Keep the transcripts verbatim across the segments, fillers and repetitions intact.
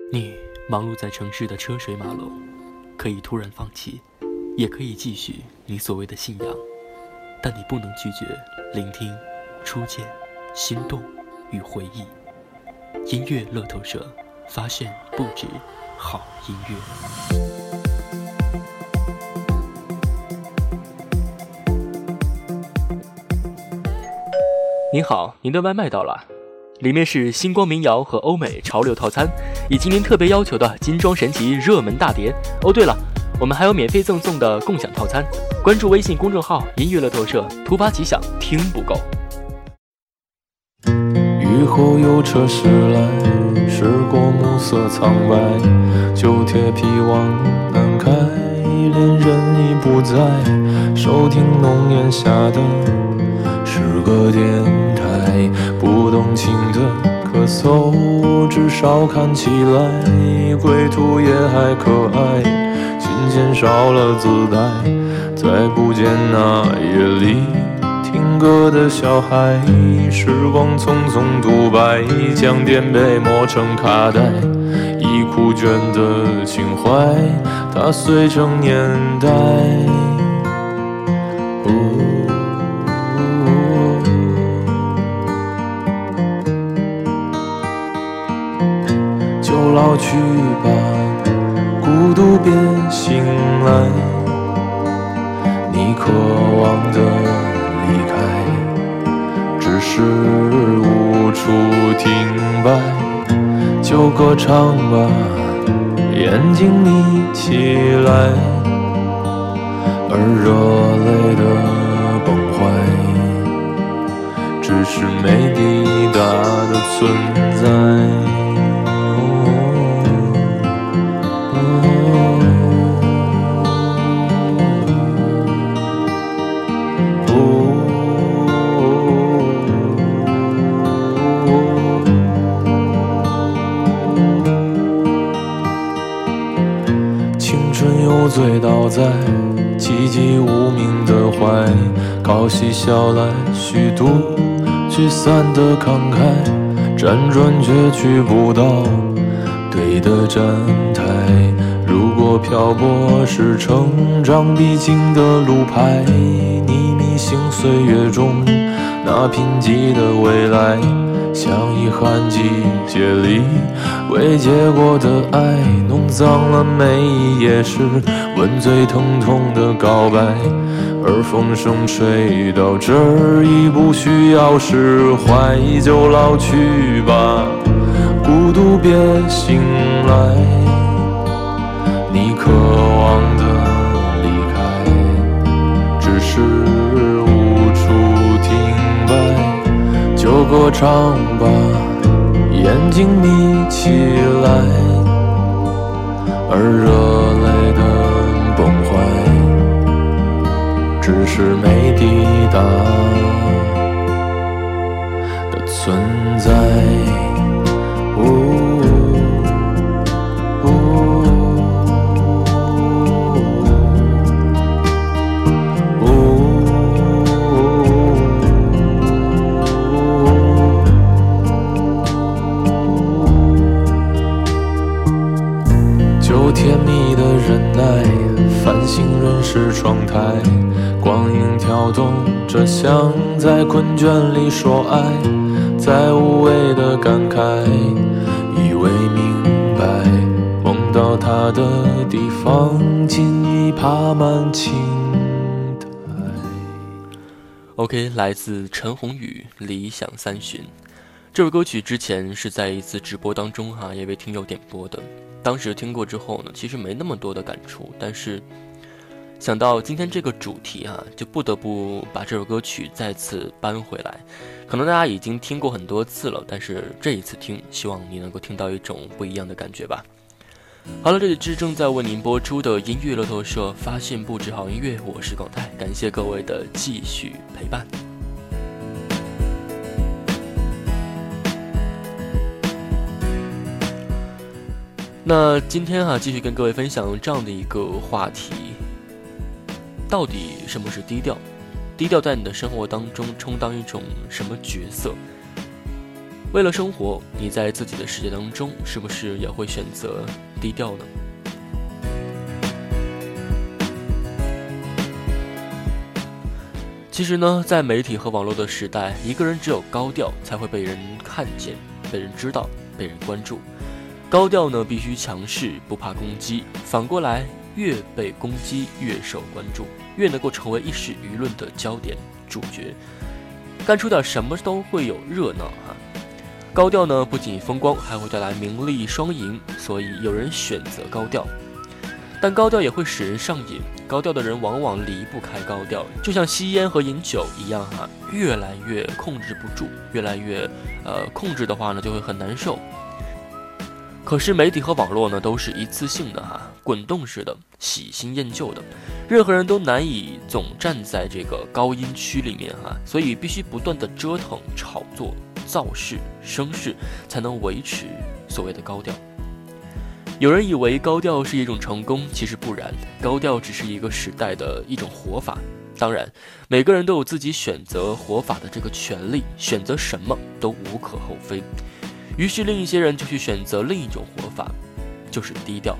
你忙碌在城市的车水马龙，可以突然放弃，也可以继续你所谓的信仰，但你不能拒绝聆听、初见、心动与回忆。音乐乐透社发现不止好音乐。您好，您的外卖到了，里面是星光民谣和欧美潮流套餐，以及您特别要求的金装神奇热门大碟。哦，对了，我们还有免费赠送的共享套餐。关注微信公众号音乐乐透社，突发奇想，听不够。 雨后有车驶来，驶过暮色苍白，旧铁皮往南开，恋人已不在，收听浓烟下的是个电台，不动情的咳嗽，至少看起来归途也还可爱，琴弦少了姿态，再不见那夜里听歌的小孩，时光匆匆独白，将颠沛磨成卡带，已枯卷的情怀，它碎成年代。哦就老去吧，孤独别醒来，你渴望的离开，只是无处停摆，就歌唱吧，眼睛眯起来，而热泪的崩坏，只是没抵达的存在。醉倒在寂寂无名的怀，高息笑来虚度聚散的慷慨，辗转却去不到对的站台。如果漂泊是成长必经的路牌，你迷信岁月中那贫瘠的未来，像遗憾季节里未结果的爱，弄脏了每一页是吻最疼痛的告白，而风声吹到这儿已不需要释怀，就老去吧，孤独别醒来，你渴望的离开，只是无处停摆，就歌唱吧，眼睛眯起来，而热泪的崩坏，只是没抵达的存在。哦甜蜜的忍耐，繁星润湿窗台，光影跳动着像在困倦里说爱，在无谓的感慨，以为明白，梦到他的地方尽已爬满青苔。 OK， 来自陈鸿宇《理想三旬》这首歌曲之前是在一次直播当中哈、啊，也为听友点播的。当时听过之后呢，其实没那么多的感触，但是想到今天这个主题啊，就不得不把这首歌曲再次搬回来。可能大家已经听过很多次了，但是这一次听，希望你能够听到一种不一样的感觉吧。好了，这里是正在为您播出的音乐乐透社，发现不止好音乐，我是耿泰，感谢各位的继续陪伴。那今天啊，继续跟各位分享这样的一个话题，到底什么是低调？低调在你的生活当中充当一种什么角色？ 为了生活，你在自己的世界当中，是不是也会选择低调呢？其实呢，在媒体和网络的时代，一个人只有高调才会被人看见、被人知道、被人关注。高调呢，必须强势，不怕攻击。反过来，越被攻击越受关注，越能够成为一时舆论的焦点主角。干出点什么都会有热闹哈。高调呢，不仅风光，还会带来名利双赢，所以有人选择高调。但高调也会使人上瘾，高调的人往往离不开高调，就像吸烟和饮酒一样哈，越来越控制不住，越来越呃控制的话呢，就会很难受。可是媒体和网络呢，都是一次性的哈，滚动式的，喜新厌旧的，任何人都难以总站在这个高音区里面哈，所以必须不断的折腾、炒作、造势、声势，才能维持所谓的高调。有人以为高调是一种成功，其实不然，高调只是一个时代的一种活法。当然，每个人都有自己选择活法的这个权利，选择什么都无可厚非。于是另一些人就去选择另一种活法，就是低调。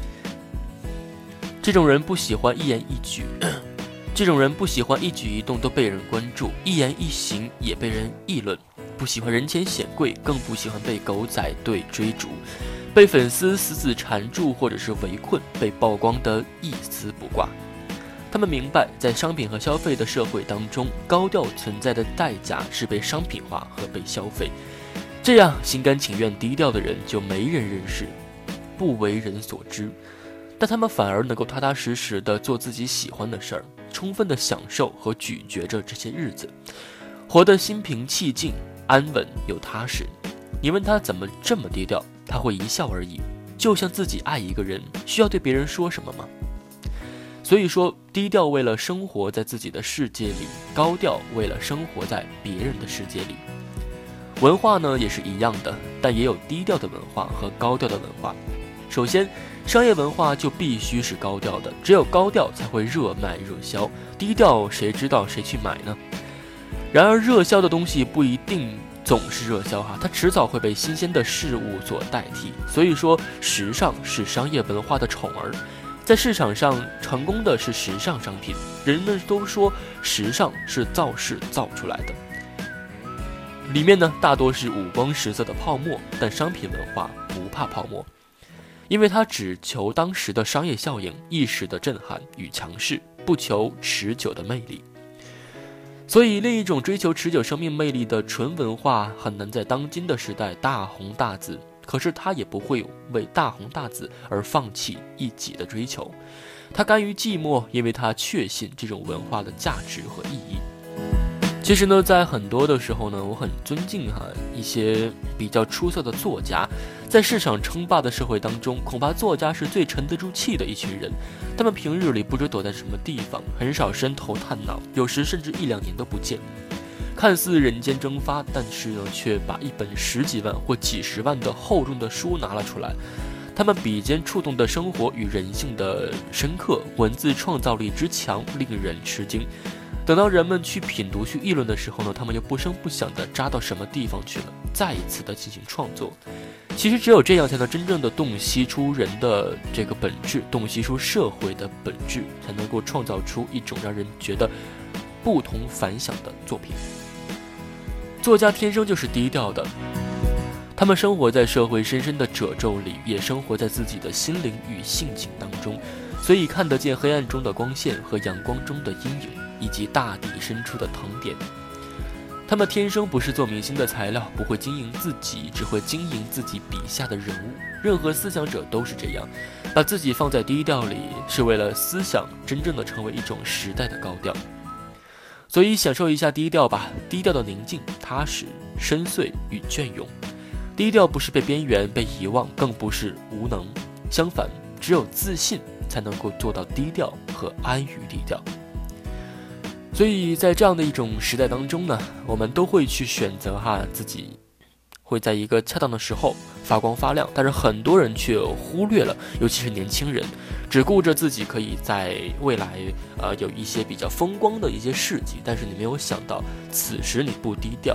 这种人不喜欢一言一举，这种人不喜欢一举一动都被人关注，一言一行也被人议论，不喜欢人前显贵，更不喜欢被狗仔队追逐，被粉丝死死缠住或者是围困，被曝光的一丝不挂。他们明白，在商品和消费的社会当中，高调存在的代价是被商品化和被消费。这样心甘情愿低调的人就没人认识，不为人所知，但他们反而能够踏踏实实地做自己喜欢的事儿，充分地享受和咀嚼着这些日子，活得心平气静、安稳又踏实。你问他怎么这么低调，他会一笑而已，就像自己爱一个人，需要对别人说什么吗？所以说，低调为了生活在自己的世界里，高调为了生活在别人的世界里。文化呢也是一样的，但也有低调的文化和高调的文化。首先，商业文化就必须是高调的，只有高调才会热卖热销，低调谁知道谁去买呢？然而热销的东西不一定总是热销哈，它迟早会被新鲜的事物所代替。所以说，时尚是商业文化的宠儿，在市场上成功的是时尚商品，人们都说时尚是造势造出来的。里面呢大多是五光十色的泡沫，但商品文化不怕泡沫，因为它只求当时的商业效应、一时的震撼与强势，不求持久的魅力。所以另一种追求持久生命魅力的纯文化很难在当今的时代大红大紫，可是它也不会为大红大紫而放弃一己的追求，它甘于寂寞，因为它确信这种文化的价值和意义。其实呢，在很多的时候呢，我很尊敬哈一些比较出色的作家，在市场称霸的社会当中，恐怕作家是最沉得住气的一群人。他们平日里不知躲在什么地方，很少伸头探脑，有时甚至一两年都不见。看似人间蒸发，但是呢，却把一本十几万或几十万的厚重的书拿了出来。他们笔尖触动的生活与人性的深刻，文字创造力之强，令人吃惊。等到人们去品读、去议论的时候呢，他们又不声不响地扎到什么地方去了，再一次的进行创作。其实只有这样，才能真正的洞悉出人的这个本质，洞悉出社会的本质，才能够创造出一种让人觉得不同凡响的作品。作家天生就是低调的，他们生活在社会深深的褶皱里，也生活在自己的心灵与性情当中，所以看得见黑暗中的光线和阳光中的阴影，以及大地深处的藤点。他们天生不是做明星的材料，不会经营自己，只会经营自己笔下的人物。任何思想者都是这样，把自己放在低调里，是为了思想真正的成为一种时代的高调。所以享受一下低调吧，低调的宁静、踏实、深邃与隽永。低调不是被边缘、被遗忘，更不是无能，相反，只有自信才能够做到低调和安于低调。所以在这样的一种时代当中呢，我们都会去选择哈自己会在一个恰当的时候发光发亮，但是很多人却忽略了，尤其是年轻人，只顾着自己可以在未来呃有一些比较风光的一些事迹，但是你没有想到，此时你不低调，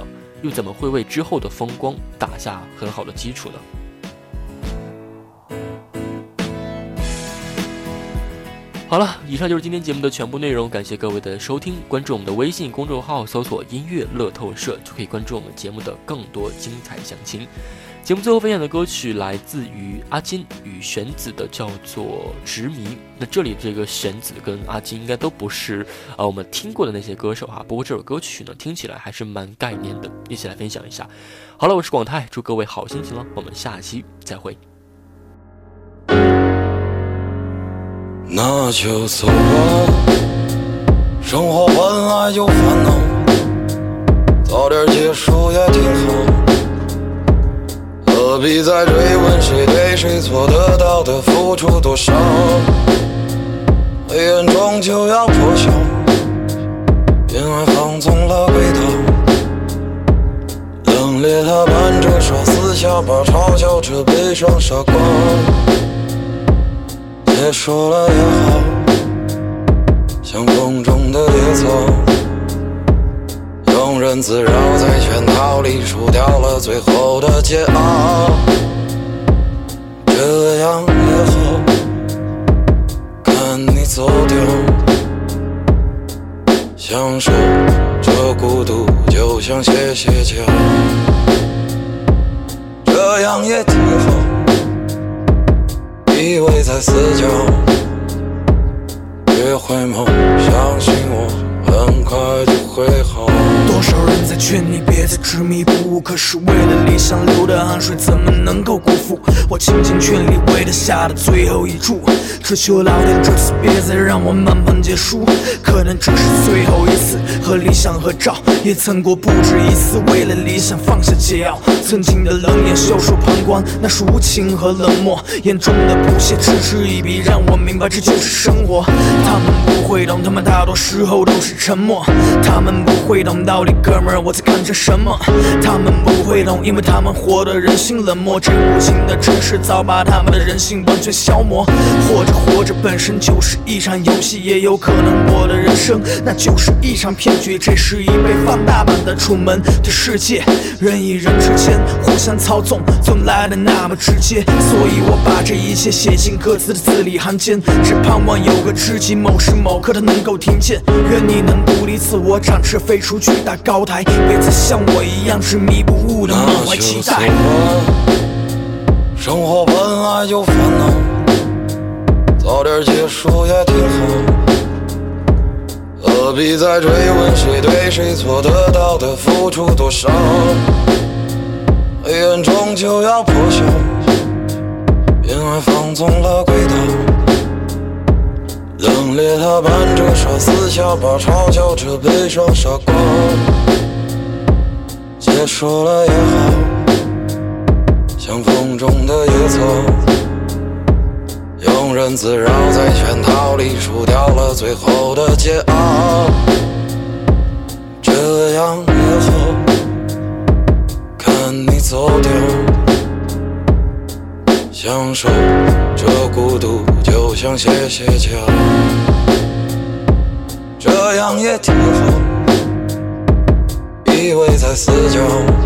又怎么会为之后的风光打下很好的基础呢？好了，以上就是今天节目的全部内容，感谢各位的收听。关注我们的微信公众号，搜索音乐乐透社，就可以关注我们节目的更多精彩详情。节目最后分享的歌曲来自于阿金与玄子的，叫做执迷。那这里这个玄子跟阿金应该都不是呃我们听过的那些歌手哈，不过这首歌曲呢听起来还是蛮概念的，一起来分享一下。好了，我是广泰，祝各位好心情了，我们下期再会。 那就走吧，生活本来就烦恼，早点结束也挺好，何必再追问谁对谁错，得到的付出多少，黑暗终究要破晓，因为放纵了轨道，冷冽的伴着说撕下巴，嘲笑着悲伤傻瓜，别说了也好，像风中的野草，庸人自扰在圈套里输掉了最后的桀骜，这样也好，看你走掉，享受这孤独就像歇歇脚，这样也挺好，依偎在死角，别回眸，相信我，很快就会好。 多少人在劝你别再执迷不悟，可是为了理想流的汗水怎么能够辜负？我倾尽全力为他下的最后一注，只求老天这次别再让我满盘皆输。可能只是最后一次和理想合照，也曾过不止一次为了理想放下桀骜。曾经的冷眼袖手旁观，那是无情和冷漠，眼中的不屑嗤之以鼻，让我明白这就是生活。他们不会懂，他们大多时候都是沉默，他们不会懂到底哥们儿我在看着什么，他们不会懂，因为他们活得人心冷漠，这无情的城市早把他们的人性完全消磨。活着活着本身就是一场游戏，也有可能我的人生那就是一场骗局，这是一被放大版的楚门的世界，人与人之间互相操纵，总来的那么直接，所以我把这一切写进歌词的字里行间，只盼望有个知己某时某刻他能够听见，愿你能独立自我展翅飞出巨大高台，别再像我一样执迷不悟的满怀期待。 生活本来就烦恼，早点结束也挺好，何必再追问谁对谁错，得到的付出多少，黑暗终究要破晓，因为放纵了轨道，冷冽的伴着说撕下巴，嘲笑着悲伤傻瓜，结束了也好，像风中的野草，庸人自扰在圈套里输掉了最后的桀骜，这样也好，看你走掉，享受这孤独就像歇歇脚，这样也挺好，依偎在死角，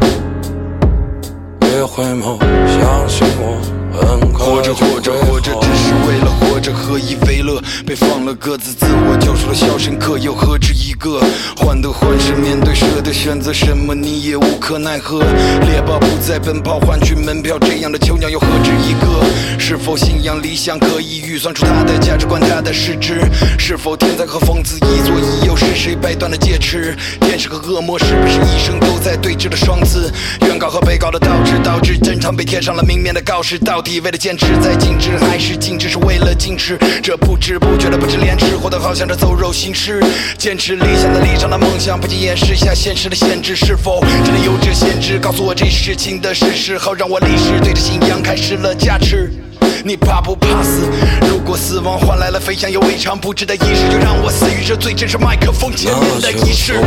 别回眸，相信我，很快活着活着活着只是为了活着，何以为乐？被放了鸽子，自我救赎了肖申克，又何止一个？患得患失，面对舍得选择什么，你也无可奈何。猎豹不再奔跑，换取门票，这样的囚鸟又何止一个？是否信仰理想可以预算出它的价值观，它的市值？是否天才和疯子一左一右，是谁掰断了戒尺？天使和恶魔是不是一生都在对峙的双子？原告和被告的倒置，导致正常被贴上了明面的告示，到底为了坚持在静止，还是静止是为了矜持？这不知不觉的不知廉耻，活得好像这走肉行尸。坚持理想的立场的梦想，不仅掩饰下现实的限制，是否真的有这限制？告诉我这事情的事实，好让我立誓对着信仰开始了加持。你怕不怕死？如果死亡换来了飞翔又未尝不知的仪式，就让我死于这最真实麦克风前面的仪式。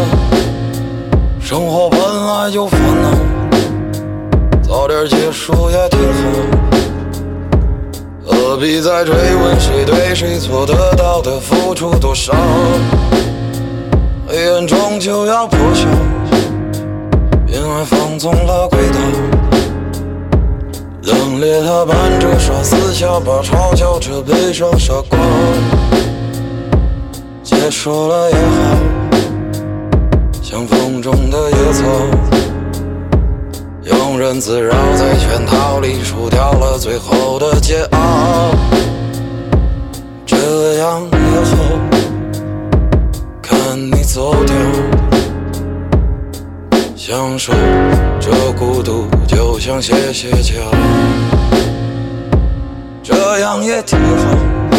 生活本来就烦恼，早点结束也挺好，何必再追问谁对谁错，得到的付出多少，黑暗终究要破晓， 因为放纵了轨道，冷冽的伴着杀死下巴，嘲笑着悲伤傻瓜。结束了也好，像风中的野草，庸人自扰在圈套里输掉了最后的桀骜。这样也好，看你走掉，享受这孤独，就像谢谢桥。这样也挺好，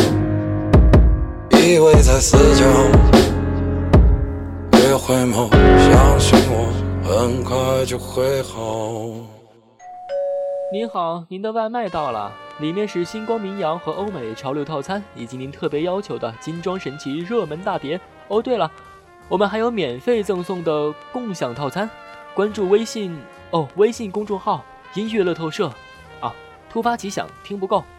依偎在死角，别回眸，相信我，很快就会好。 您好，您的外卖到了，里面是星光民谣和欧美潮流套餐，以及您特别要求的精装神奇热门大碟。哦，对了，我们还有免费赠送的共享套餐。关注微信哦，微信公众号音乐乐透社啊，突发奇想，听不够。